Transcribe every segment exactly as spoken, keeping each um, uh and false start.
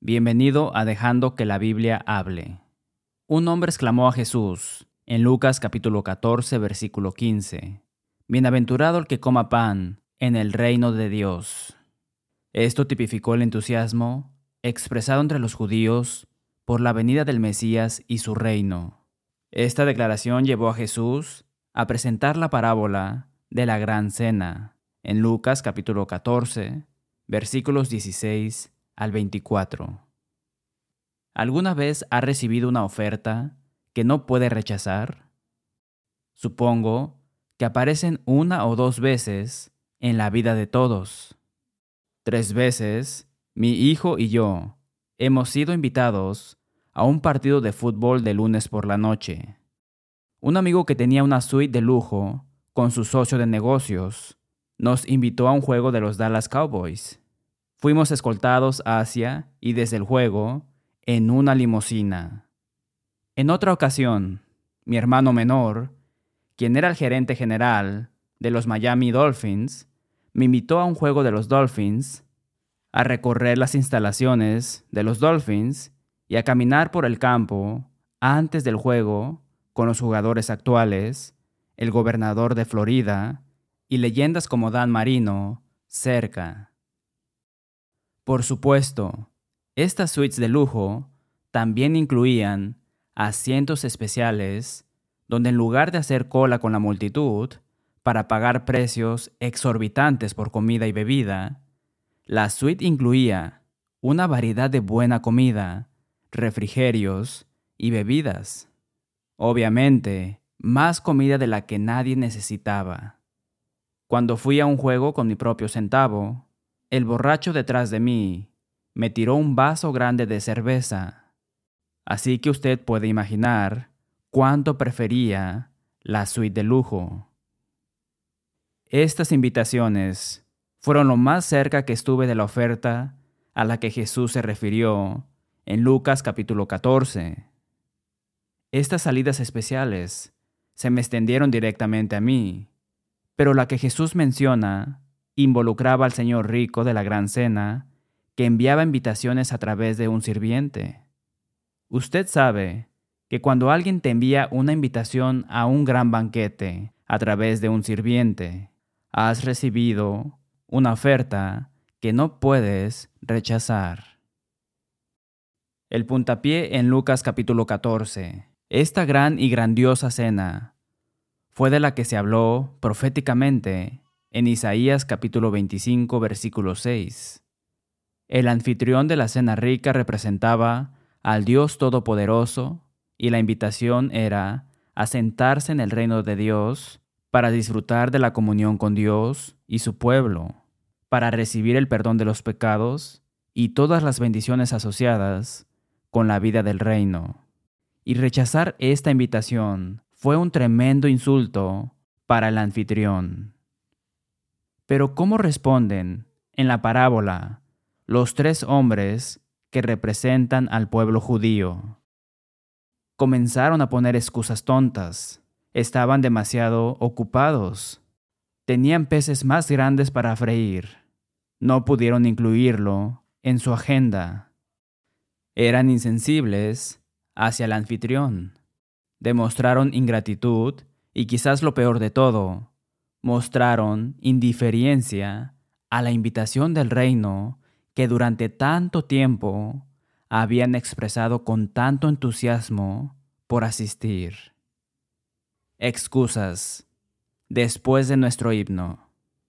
Bienvenido a Dejando que la Biblia hable. Un hombre exclamó a Jesús, en Lucas capítulo catorce, versículo quince, «Bienaventurado el que coma pan en el reino de Dios». Esto tipificó el entusiasmo expresado entre los judíos por la venida del Mesías y su reino. Esta declaración llevó a Jesús a presentar la parábola de la Gran Cena, en Lucas capítulo catorce, versículos dieciséis al veinticuatro. ¿Alguna vez ha recibido una oferta que no puede rechazar? Supongo que aparecen una o dos veces en la vida de todos. Tres veces, mi hijo y yo hemos sido invitados a un partido de fútbol de lunes por la noche. Un amigo que tenía una suite de lujo con su socio de negocios nos invitó a un juego de los Dallas Cowboys. Fuimos escoltados hacia y desde el juego en una limusina. En otra ocasión, mi hermano menor, quien era el gerente general de los Miami Dolphins, me invitó a un juego de los Dolphins, a recorrer las instalaciones de los Dolphins y a caminar por el campo antes del juego con los jugadores actuales, el gobernador de Florida y leyendas como Dan Marino cerca. Por supuesto, estas suites de lujo también incluían asientos especiales donde en lugar de hacer cola con la multitud para pagar precios exorbitantes por comida y bebida, la suite incluía una variedad de buena comida, refrigerios y bebidas. Obviamente, más comida de la que nadie necesitaba. Cuando fui a un juego con mi propio centavo, el borracho detrás de mí me tiró un vaso grande de cerveza. Así que usted puede imaginar cuánto prefería la suite de lujo. Estas invitaciones fueron lo más cerca que estuve de la oferta a la que Jesús se refirió en Lucas capítulo catorce. Estas salidas especiales se me extendieron directamente a mí, pero la que Jesús menciona involucraba al señor rico de la Gran Cena, que enviaba invitaciones a través de un sirviente. Usted sabe que cuando alguien te envía una invitación a un gran banquete a través de un sirviente, has recibido una oferta que no puedes rechazar. El puntapié en Lucas capítulo catorce. Esta gran y grandiosa cena fue de la que se habló proféticamente en Isaías capítulo veinticinco, versículo seis. El anfitrión de la cena rica representaba al Dios Todopoderoso y la invitación era a sentarse en el reino de Dios para disfrutar de la comunión con Dios y su pueblo, para recibir el perdón de los pecados y todas las bendiciones asociadas con la vida del reino. Y rechazar esta invitación fue un tremendo insulto para el anfitrión. Pero ¿cómo responden en la parábola los tres hombres que representan al pueblo judío? Comenzaron a poner excusas tontas. Estaban demasiado ocupados. Tenían peces más grandes para freír. No pudieron incluirlo en su agenda. Eran insensibles hacia el anfitrión. Demostraron ingratitud y, quizás lo peor de todo, mostraron indiferencia a la invitación del reino que durante tanto tiempo habían expresado con tanto entusiasmo por asistir. Excusas después de nuestro himno.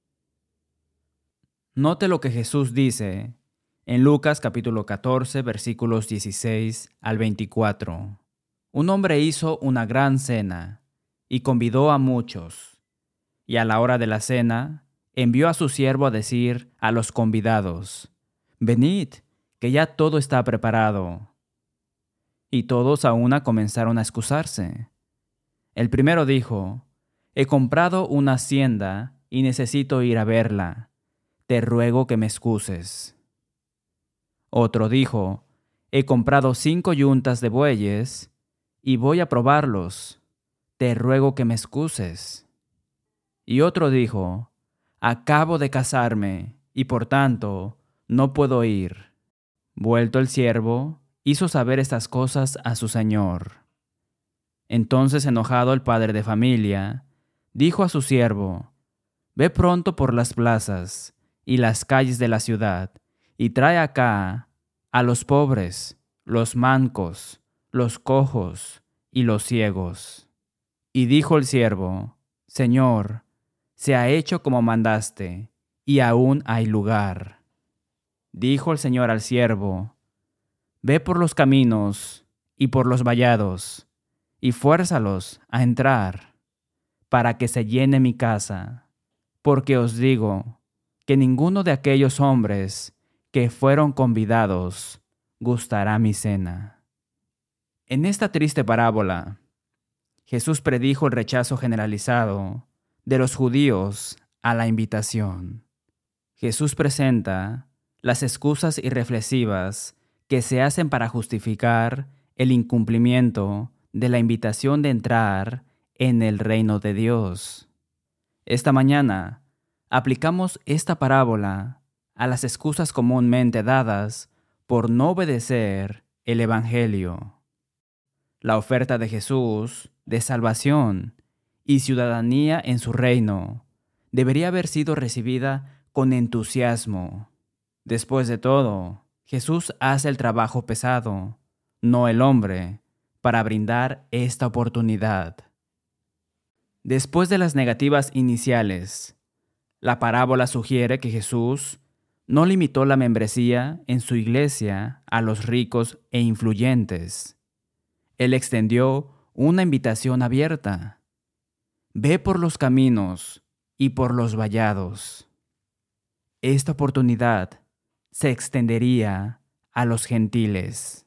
Note lo que Jesús dice en Lucas capítulo catorce, versículos dieciséis al veinticuatro. Un hombre hizo una gran cena y convidó a muchos. Y a la hora de la cena, envió a su siervo a decir a los convidados: «Venid, que ya todo está preparado». Y todos a una comenzaron a excusarse. El primero dijo: «He comprado una hacienda y necesito ir a verla. Te ruego que me excuses». Otro dijo: «He comprado cinco yuntas de bueyes y voy a probarlos. Te ruego que me excuses». Y otro dijo: «Acabo de casarme y por tanto no puedo ir». Vuelto el siervo, hizo saber estas cosas a su señor. Entonces, enojado el padre de familia, dijo a su siervo: «Ve pronto por las plazas y las calles de la ciudad, y trae acá a los pobres, los mancos, los cojos y los ciegos». Y dijo el siervo: «Señor, se ha hecho como mandaste, y aún hay lugar». Dijo el Señor al siervo: «Ve por los caminos y por los vallados, y fuérzalos a entrar, para que se llene mi casa, porque os digo que ninguno de aquellos hombres que fueron convidados gustará mi cena». En esta triste parábola, Jesús predijo el rechazo generalizado de los judíos a la invitación. Jesús presenta las excusas irreflexivas que se hacen para justificar el incumplimiento de la invitación de entrar en el reino de Dios. Esta mañana aplicamos esta parábola a las excusas comúnmente dadas por no obedecer el Evangelio. La oferta de Jesús de salvación y ciudadanía en su reino debería haber sido recibida con entusiasmo. Después de todo, Jesús hace el trabajo pesado, no el hombre, para brindar esta oportunidad. Después de las negativas iniciales, la parábola sugiere que Jesús no limitó la membresía en su iglesia a los ricos e influyentes. Él extendió una invitación abierta: «Ve por los caminos y por los vallados». Esta oportunidad se extendería a los gentiles.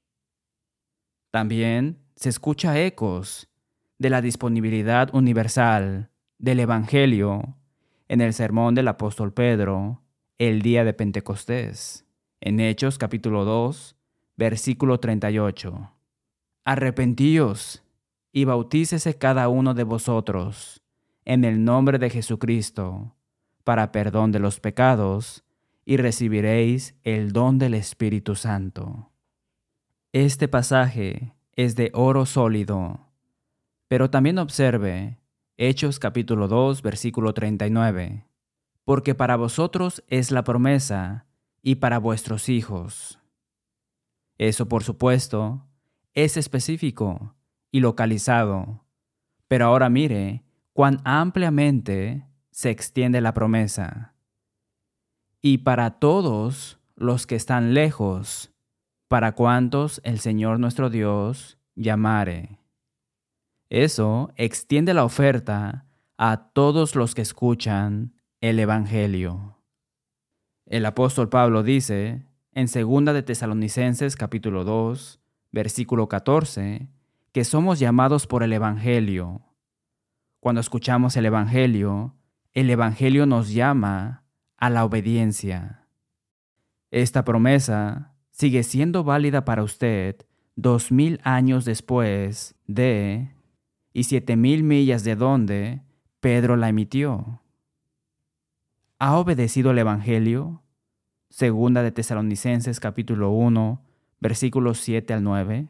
También se escucha ecos de la disponibilidad universal del Evangelio en el sermón del apóstol Pedro el día de Pentecostés, en Hechos capítulo dos, versículo treinta y ocho. «Arrepentíos y bautícese cada uno de vosotros en el nombre de Jesucristo para perdón de los pecados, y recibiréis el don del Espíritu Santo». Este pasaje es de oro sólido, pero también observe Hechos capítulo dos, versículo treinta y nueve. «Porque para vosotros es la promesa, y para vuestros hijos». Eso, por supuesto, es específico y localizado, pero ahora mire cuán ampliamente se extiende la promesa. «Y para todos los que están lejos, para cuantos el Señor nuestro Dios llamare». Eso extiende la oferta a todos los que escuchan el Evangelio. El apóstol Pablo dice en segunda de Tesalonicenses capítulo dos, versículo catorce, que somos llamados por el Evangelio. Cuando escuchamos el Evangelio, el Evangelio nos llama a la obediencia. Esta promesa sigue siendo válida para usted dos mil años después de y siete mil millas de donde Pedro la emitió. ¿Ha obedecido el Evangelio? Segunda de Tesalonicenses capítulo uno, versículos siete al nueve.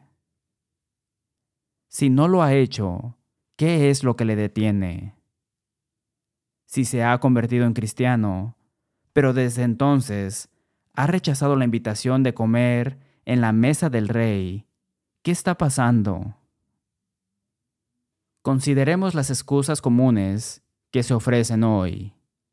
Si no lo ha hecho, ¿qué es lo que le detiene? Si se ha convertido en cristiano, pero desde entonces ha rechazado la invitación de comer en la mesa del Rey, ¿qué está pasando? Consideremos las excusas comunes que se ofrecen hoy.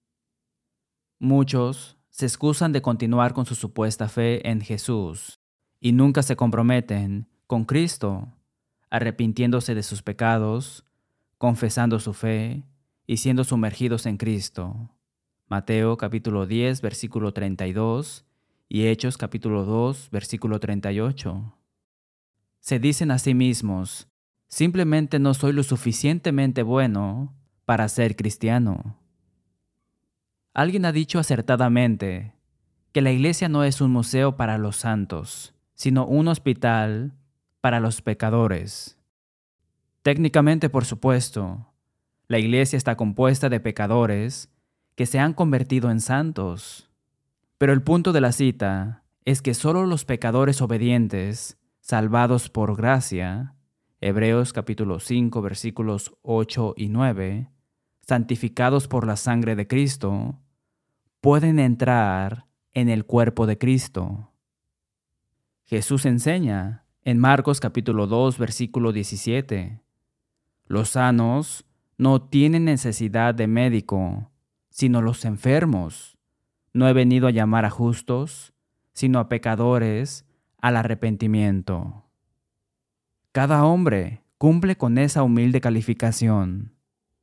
Muchos se excusan de continuar con su supuesta fe en Jesús y nunca se comprometen con Cristo, arrepintiéndose de sus pecados, confesando su fe y siendo sumergidos en Cristo. Mateo capítulo diez, versículo treinta y dos y Hechos capítulo dos, versículo treinta y ocho. Se dicen a sí mismos: simplemente no soy lo suficientemente bueno para ser cristiano. Alguien ha dicho acertadamente que la iglesia no es un museo para los santos, sino un hospital para los pecadores. Técnicamente, por supuesto, la iglesia está compuesta de pecadores que se han convertido en santos. Pero el punto de la cita es que solo los pecadores obedientes, salvados por gracia, Hebreos capítulo cinco versículos ocho y nueve, santificados por la sangre de Cristo, pueden entrar en el cuerpo de Cristo. Jesús enseña en Marcos capítulo dos versículo diecisiete, los sanos no tienen necesidad de médico, sino los enfermos. No he venido a llamar a justos, sino a pecadores al arrepentimiento. Cada hombre cumple con esa humilde calificación.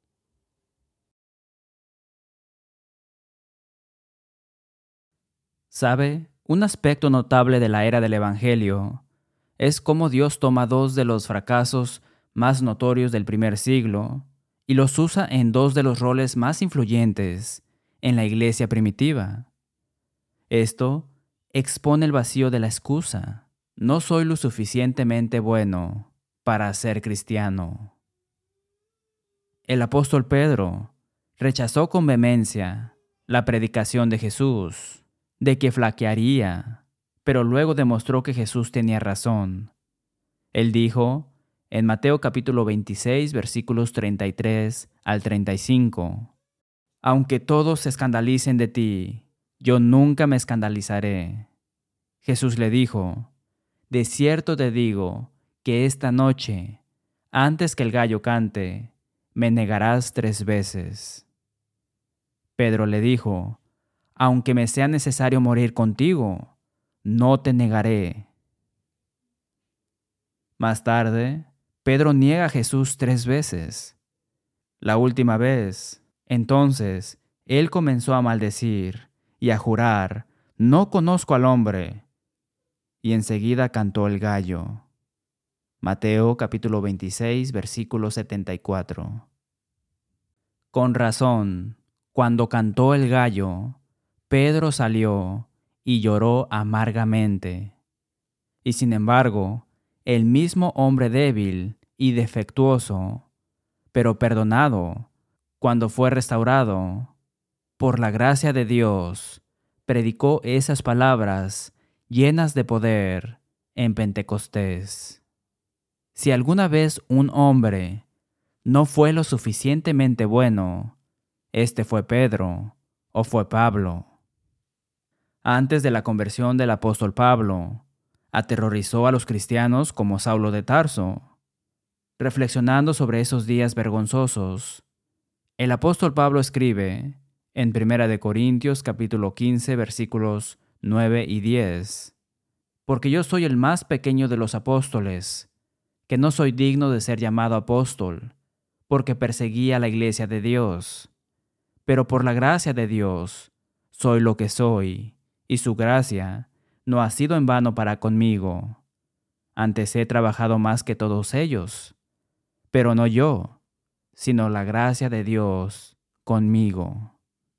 ¿Sabe? Un aspecto notable de la era del Evangelio es cómo Dios toma dos de los fracasos más notorios del primer siglo y los usa en dos de los roles más influyentes en la iglesia primitiva. Esto expone el vacío de la excusa. No soy lo suficientemente bueno para ser cristiano. El apóstol Pedro rechazó con vehemencia la predicación de Jesús, de que flaquearía, pero luego demostró que Jesús tenía razón. Él dijo en Mateo capítulo veintiséis, versículos treinta y tres al treinta y cinco, aunque todos se escandalicen de ti, yo nunca me escandalizaré. Jesús le dijo, de cierto te digo que esta noche, antes que el gallo cante, me negarás tres veces. Pedro le dijo, aunque me sea necesario morir contigo, no te negaré. Más tarde, Pedro niega a Jesús tres veces. La última vez, entonces, él comenzó a maldecir y a jurar, no conozco al hombre. Y enseguida cantó el gallo. Mateo capítulo veintiséis, versículo setenta y cuatro. Con razón, cuando cantó el gallo, Pedro salió y lloró amargamente. Y sin embargo, el mismo hombre débil y defectuoso, pero perdonado, cuando fue restaurado, por la gracia de Dios, predicó esas palabras llenas de poder en Pentecostés. Si alguna vez un hombre no fue lo suficientemente bueno, este fue Pedro o fue Pablo. Antes de la conversión del apóstol Pablo, aterrorizó a los cristianos como Saulo de Tarso. Reflexionando sobre esos días vergonzosos, el apóstol Pablo escribe en Primera de Corintios capítulo quince versículos nueve y diez, porque yo soy el más pequeño de los apóstoles, que no soy digno de ser llamado apóstol, porque perseguí a la iglesia de Dios. Pero por la gracia de Dios soy lo que soy, y su gracia no ha sido en vano para conmigo. Antes he trabajado más que todos ellos, pero no yo, sino la gracia de Dios conmigo.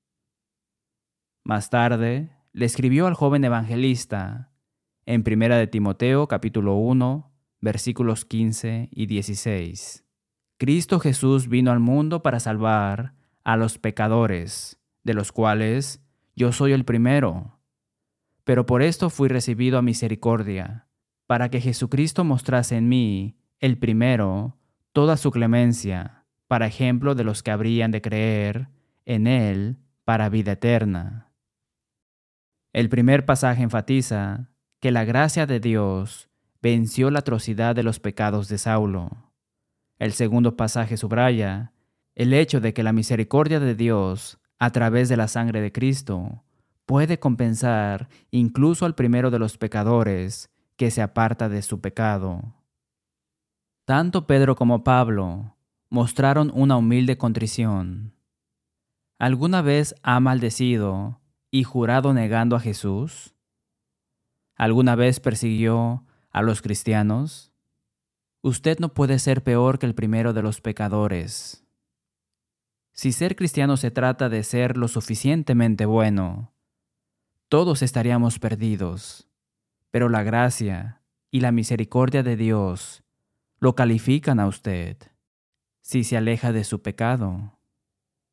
Más tarde, le escribió al joven evangelista en Primera de Timoteo capítulo uno, versículos quince y dieciséis. Cristo Jesús vino al mundo para salvar a los pecadores, de los cuales yo soy el primero. Pero por esto fui recibido a misericordia, para que Jesucristo mostrase en mí, el primero, toda su clemencia, para ejemplo de los que habrían de creer en Él para vida eterna. El primer pasaje enfatiza que la gracia de Dios venció la atrocidad de los pecados de Saulo. El segundo pasaje subraya el hecho de que la misericordia de Dios, a través de la sangre de Cristo, puede compensar incluso al primero de los pecadores que se aparta de su pecado. Tanto Pedro como Pablo mostraron una humilde contrición. ¿Alguna vez ha maldecido y jurado negando a Jesús? ¿Alguna vez persiguió a los cristianos? Usted no puede ser peor que el primero de los pecadores. Si ser cristiano se trata de ser lo suficientemente bueno, todos estaríamos perdidos, pero la gracia y la misericordia de Dios lo califican a usted si se aleja de su pecado.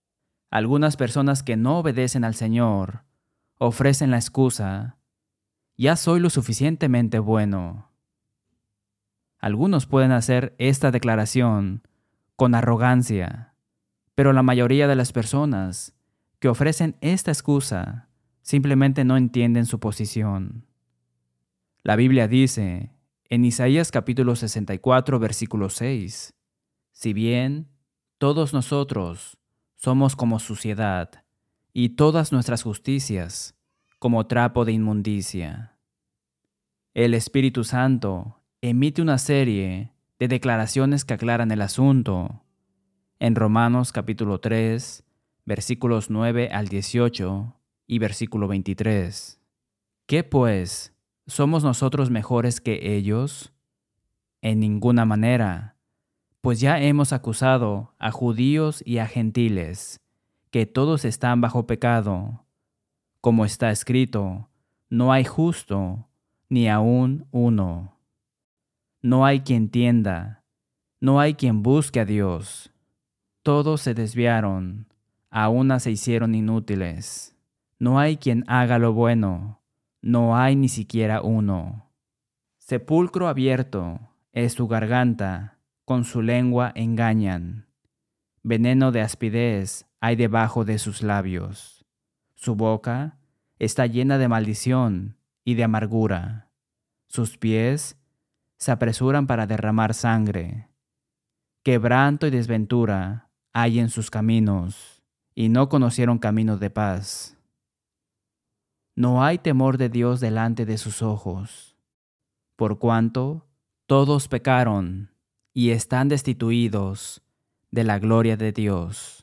Algunas personas que no obedecen al Señor ofrecen la excusa, Ya soy lo suficientemente bueno. Algunos pueden hacer esta declaración con arrogancia, pero la mayoría de las personas que ofrecen esta excusa simplemente no entienden su posición. La Biblia dice en Isaías capítulo sesenta y cuatro, versículo seis, si bien todos nosotros somos como suciedad y todas nuestras justicias como trapo de inmundicia. El Espíritu Santo emite una serie de declaraciones que aclaran el asunto. En Romanos capítulo tres, versículos nueve al dieciocho y versículo veintitrés. ¿Qué pues? ¿Somos nosotros mejores que ellos? En ninguna manera, pues ya hemos acusado a judíos y a gentiles, que todos están bajo pecado. Como está escrito, no hay justo, ni aun uno. No hay quien entienda, no hay quien busque a Dios. Todos se desviaron, a una se hicieron inútiles. No hay quien haga lo bueno, no hay ni siquiera uno. Sepulcro abierto es su garganta, con su lengua engañan. Veneno de aspidez hay debajo de sus labios. Su boca está llena de maldición y de amargura. Sus pies se apresuran para derramar sangre. Quebranto y desventura hay en sus caminos, y no conocieron caminos de paz. No hay temor de Dios delante de sus ojos, por cuanto todos pecaron y están destituidos de la gloria de Dios.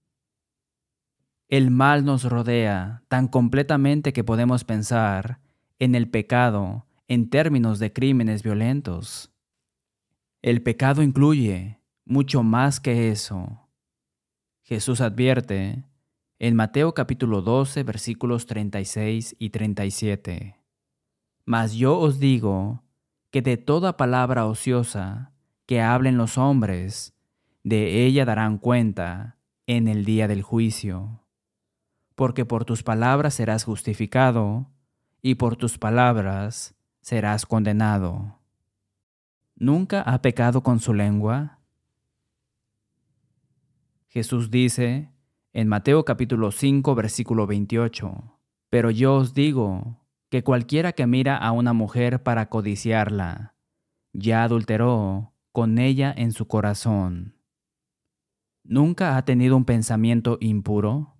El mal nos rodea tan completamente que podemos pensar en el pecado en términos de crímenes violentos. El pecado incluye mucho más que eso. Jesús advierte en Mateo capítulo doce, versículos treinta y seis y treinta y siete. Mas yo os digo que de toda palabra ociosa que hablen los hombres, de ella darán cuenta en el día del juicio. Porque por tus palabras serás justificado, y por tus palabras serás condenado. ¿Nunca ha pecado con su lengua? Jesús dice en Mateo capítulo cinco, versículo veintiocho, pero yo os digo que cualquiera que mira a una mujer para codiciarla, ya adulteró con ella en su corazón. ¿Nunca ha tenido un pensamiento impuro?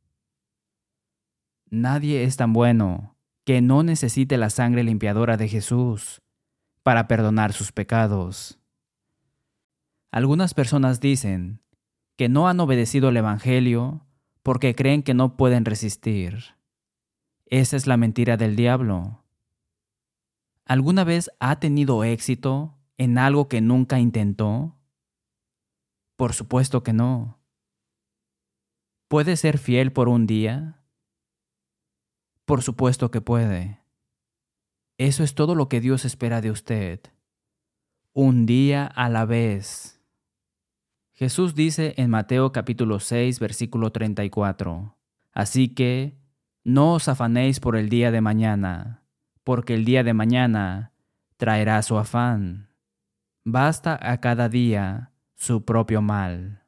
Nadie es tan bueno que no necesite la sangre limpiadora de Jesús para perdonar sus pecados. Algunas personas dicen que no han obedecido el Evangelio porque creen que no pueden resistir. Esa es la mentira del diablo. ¿Alguna vez ha tenido éxito en algo que nunca intentó? Por supuesto que no. ¿Puede ser fiel por un día? Por supuesto que puede. Eso es todo lo que Dios espera de usted. Un día a la vez. Jesús dice en Mateo capítulo seis, versículo treinta y cuatro, así que no os afanéis por el día de mañana, porque el día de mañana traerá su afán. Basta a cada día su propio mal.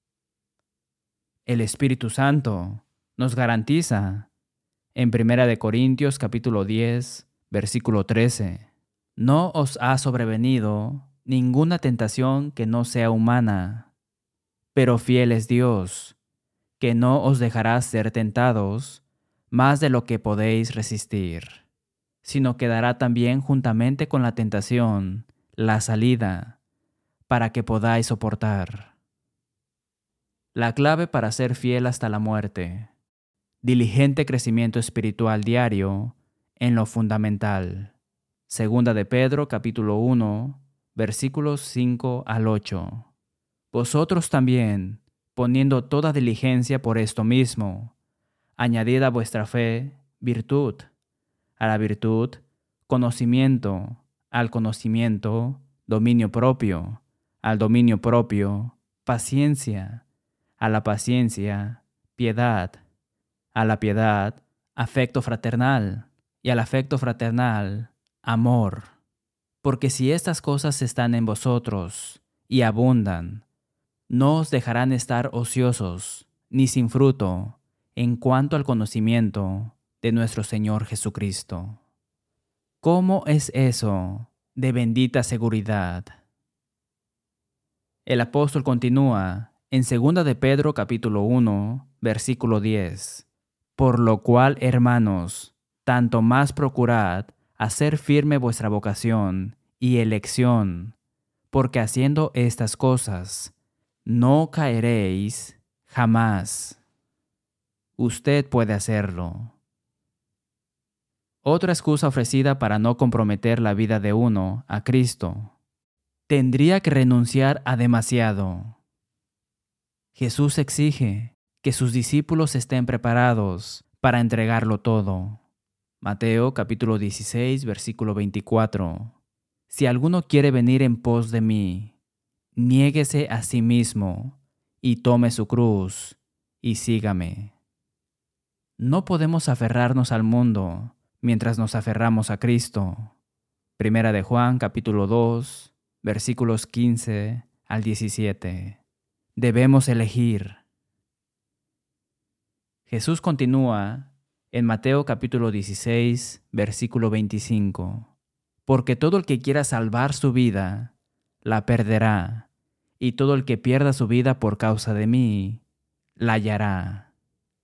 El Espíritu Santo nos garantiza en Primera de Corintios capítulo diez, versículo trece, no os ha sobrevenido ninguna tentación que no sea humana, pero fiel es Dios, que no os dejará ser tentados más de lo que podéis resistir, sino que dará también juntamente con la tentación la salida, para que podáis soportar. La clave para ser fiel hasta la muerte. Diligente crecimiento espiritual diario en lo fundamental. Segunda de Pedro capítulo uno, versículos cinco al ocho. Vosotros también, poniendo toda diligencia por esto mismo, añadid a vuestra fe virtud, a la virtud conocimiento, al conocimiento dominio propio, al dominio propio paciencia, a la paciencia piedad, a la piedad afecto fraternal y al afecto fraternal, amor. Porque si estas cosas están en vosotros y abundan, no os dejarán estar ociosos ni sin fruto en cuanto al conocimiento de nuestro Señor Jesucristo. ¿Cómo es eso de bendita seguridad? El apóstol continúa en segunda de Pedro capítulo uno, versículo diez. Por lo cual, hermanos, tanto más procurad hacer firme vuestra vocación y elección, porque haciendo estas cosas, no caeréis jamás. Usted puede hacerlo. Otra excusa ofrecida para no comprometer la vida de uno a Cristo. Tendría que renunciar a demasiado. Jesús exige que sus discípulos estén preparados para entregarlo todo. Mateo capítulo dieciséis, versículo veinticuatro. Si alguno quiere venir en pos de mí, niéguese a sí mismo y tome su cruz y sígame. No podemos aferrarnos al mundo mientras nos aferramos a Cristo. Primera de Juan capítulo dos, versículos quince al diecisiete. Debemos elegir. Jesús continúa en Mateo capítulo dieciséis, versículo veinticinco. Porque todo el que quiera salvar su vida, la perderá, y todo el que pierda su vida por causa de mí, la hallará.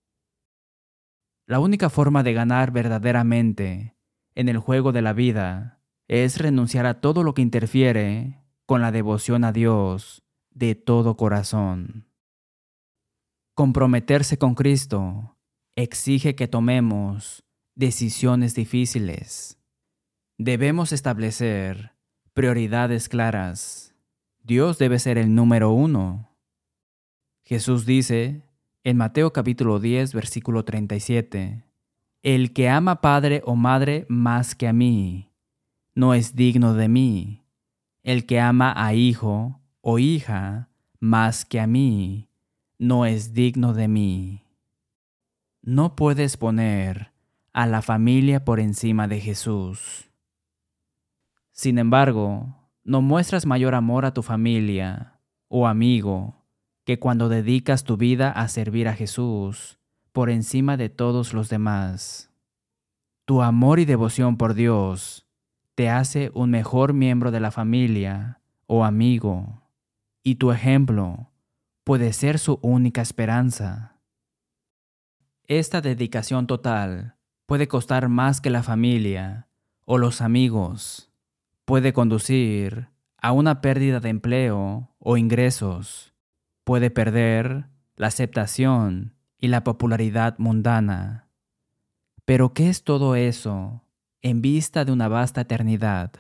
La única forma de ganar verdaderamente en el juego de la vida es renunciar a todo lo que interfiere con la devoción a Dios de todo corazón. Comprometerse con Cristo exige que tomemos decisiones difíciles. Debemos establecer prioridades claras. Dios debe ser el número uno. Jesús dice en Mateo capítulo diez, versículo treinta y siete, el que ama padre o madre más que a mí, no es digno de mí. El que ama a hijo o hija más que a mí, no es digno de mí. No puedes poner a la familia por encima de Jesús. Sin embargo, no muestras mayor amor a tu familia o amigo que cuando dedicas tu vida a servir a Jesús por encima de todos los demás. Tu amor y devoción por Dios te hace un mejor miembro de la familia o amigo, y tu ejemplo puede ser su única esperanza. Esta dedicación total puede costar más que la familia o los amigos. Puede conducir a una pérdida de empleo o ingresos. Puede perder la aceptación y la popularidad mundana. Pero ¿qué es todo eso en vista de una vasta eternidad?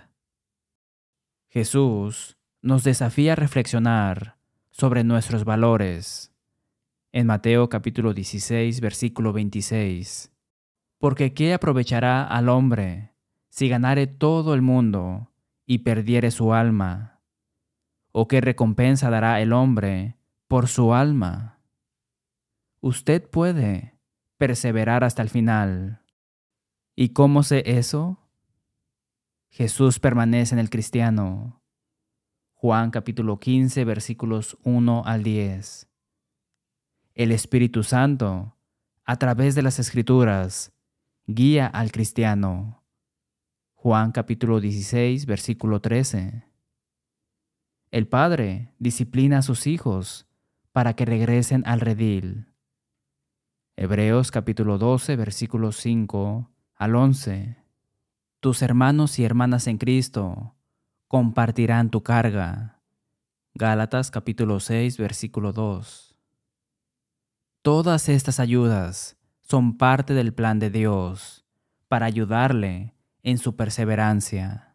Jesús nos desafía a reflexionar sobre nuestros valores. En Mateo capítulo dieciséis, versículo veintiséis. Porque ¿qué aprovechará al hombre si ganare todo el mundo y perdiere su alma? ¿O qué recompensa dará el hombre por su alma? Usted puede perseverar hasta el final. ¿Y cómo sé eso? Jesús permanece en el cristiano. Juan capítulo quince, versículos uno al diez. El Espíritu Santo, a través de las Escrituras, guía al cristiano. Juan capítulo dieciséis, versículo trece. El Padre disciplina a sus hijos para que regresen al redil. Hebreos capítulo doce, versículos cinco al once. Tus hermanos y hermanas en Cristo compartirán tu carga. Gálatas capítulo seis, versículo dos. Todas estas ayudas son parte del plan de Dios para ayudarle en su perseverancia.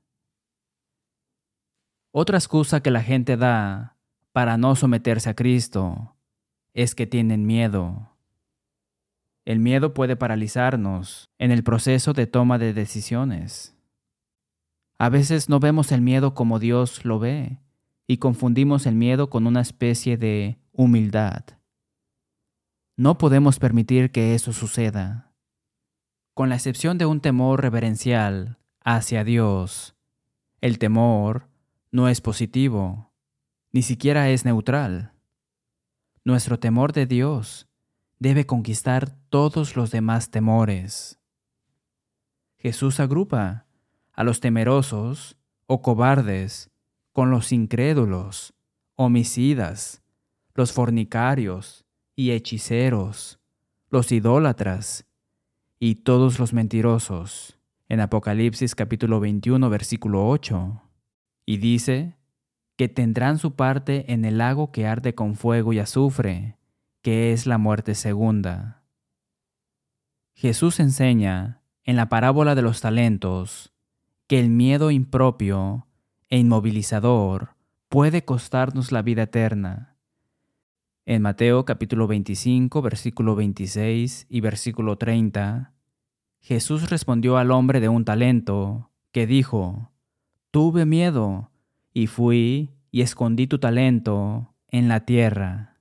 Otra excusa que la gente da para no someterse a Cristo es que tienen miedo. El miedo puede paralizarnos en el proceso de toma de decisiones. A veces no vemos el miedo como Dios lo ve y confundimos el miedo con una especie de humildad. No podemos permitir que eso suceda. con la excepción de un temor reverencial hacia Dios. El temor no es positivo, ni siquiera es neutral. Nuestro temor de Dios debe conquistar todos los demás temores. Jesús agrupa a los temerosos o cobardes con los incrédulos, homicidas, los fornicarios y hechiceros, los idólatras y todos los mentirosos, en Apocalipsis capítulo veintiuno, versículo ocho, y dice que tendrán su parte en el lago que arde con fuego y azufre, que es la muerte segunda. Jesús enseña en la parábola de los talentos que el miedo impropio e inmovilizador puede costarnos la vida eterna. En Mateo capítulo veinticinco, versículo veintiséis y versículo treinta, Jesús respondió al hombre de un talento, que dijo: «Tuve miedo, y fui y escondí tu talento en la tierra».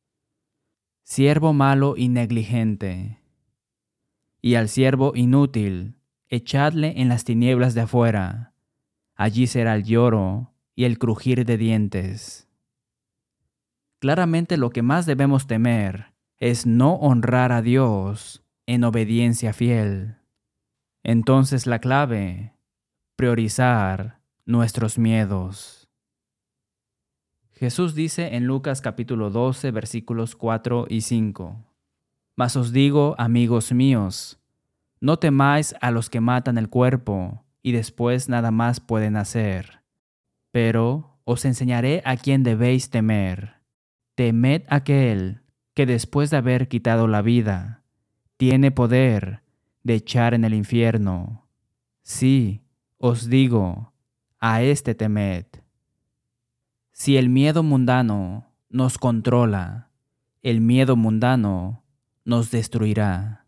Siervo malo y negligente. Y al siervo inútil, echadle en las tinieblas de afuera. Allí será el lloro y el crujir de dientes. Claramente lo que más debemos temer es no honrar a Dios en obediencia fiel. Entonces la clave, priorizar nuestros miedos. Jesús dice en Lucas capítulo doce, versículos cuatro y cinco: «Mas os digo, amigos míos, no temáis a los que matan el cuerpo y después nada más pueden hacer. Pero os enseñaré a quién debéis temer. Temed a aquel que después de haber quitado la vida, tiene poder de echar en el infierno. Sí, os digo, a éste temed». Si el miedo mundano nos controla, el miedo mundano nos destruirá.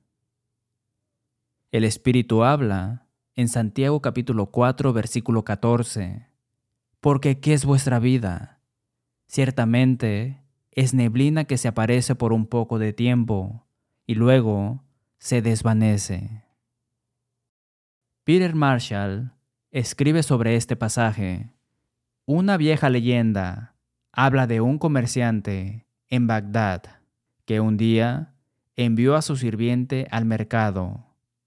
El Espíritu habla en Santiago capítulo cuatro, versículo catorce. «Porque ¿qué es vuestra vida? Ciertamente es neblina que se aparece por un poco de tiempo y luego se desvanece». Peter Marshall escribe sobre este pasaje: «Una vieja leyenda habla de un comerciante en Bagdad que un día envió a su sirviente al mercado.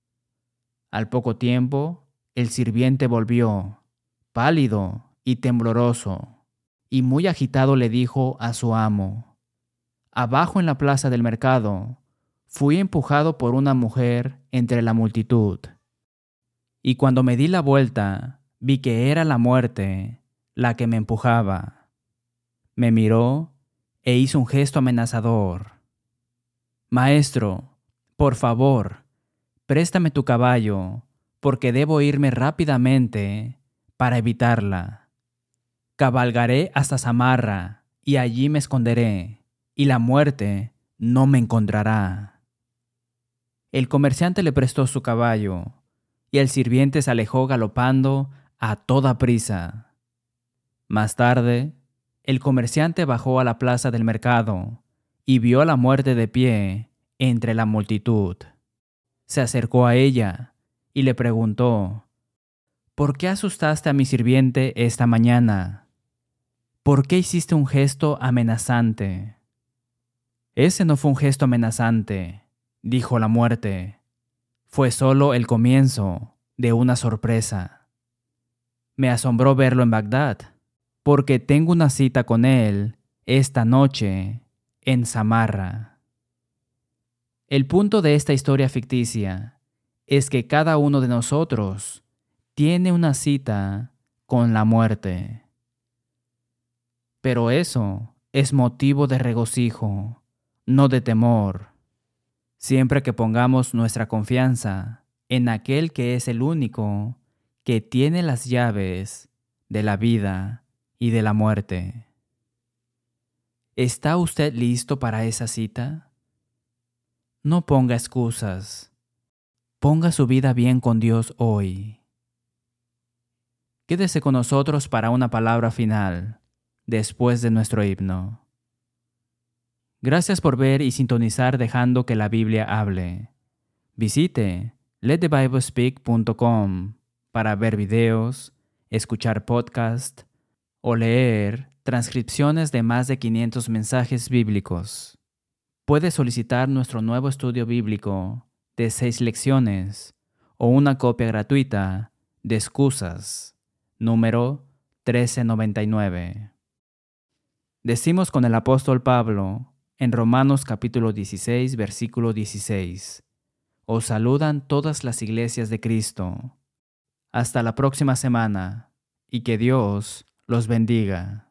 Al poco tiempo, el sirviente volvió, pálido y tembloroso, y muy agitado le dijo a su amo: «Abajo en la plaza del mercado, fui empujado por una mujer entre la multitud. Y cuando me di la vuelta, vi que era la muerte la que me empujaba. Me miró e hizo un gesto amenazador. Maestro, por favor, préstame tu caballo, porque debo irme rápidamente para evitarla. Cabalgaré hasta Samarra y allí me esconderé, y la muerte no me encontrará». El comerciante le prestó su caballo, y el sirviente se alejó galopando a toda prisa. Más tarde, el comerciante bajó a la plaza del mercado y vio a la muerte de pie entre la multitud. Se acercó a ella y le preguntó: «¿Por qué asustaste a mi sirviente esta mañana? ¿Por qué hiciste un gesto amenazante?» «Ese no fue un gesto amenazante», dijo la muerte. «Fue solo el comienzo de una sorpresa. Me asombró verlo en Bagdad, porque tengo una cita con él esta noche en Samarra». El punto de esta historia ficticia es que cada uno de nosotros tiene una cita con la muerte. Pero eso es motivo de regocijo, no de temor, siempre que pongamos nuestra confianza en aquel que es el único que tiene las llaves de la vida y de la muerte. ¿Está usted listo para esa cita? No ponga excusas. Ponga su vida bien con Dios hoy. Quédese con nosotros para una palabra final, después de nuestro himno. Gracias por ver y sintonizar dejando que la Biblia hable. Visite let the bible speak punto com para ver videos, escuchar podcast o leer transcripciones de más de quinientos mensajes bíblicos. Puedes solicitar nuestro nuevo estudio bíblico de seis lecciones o una copia gratuita de Excusas, número trece noventa y nueve. Decimos con el apóstol Pablo en Romanos capítulo dieciséis, versículo dieciséis. Os saludan todas las iglesias de Cristo. Hasta la próxima semana y que Dios los bendiga.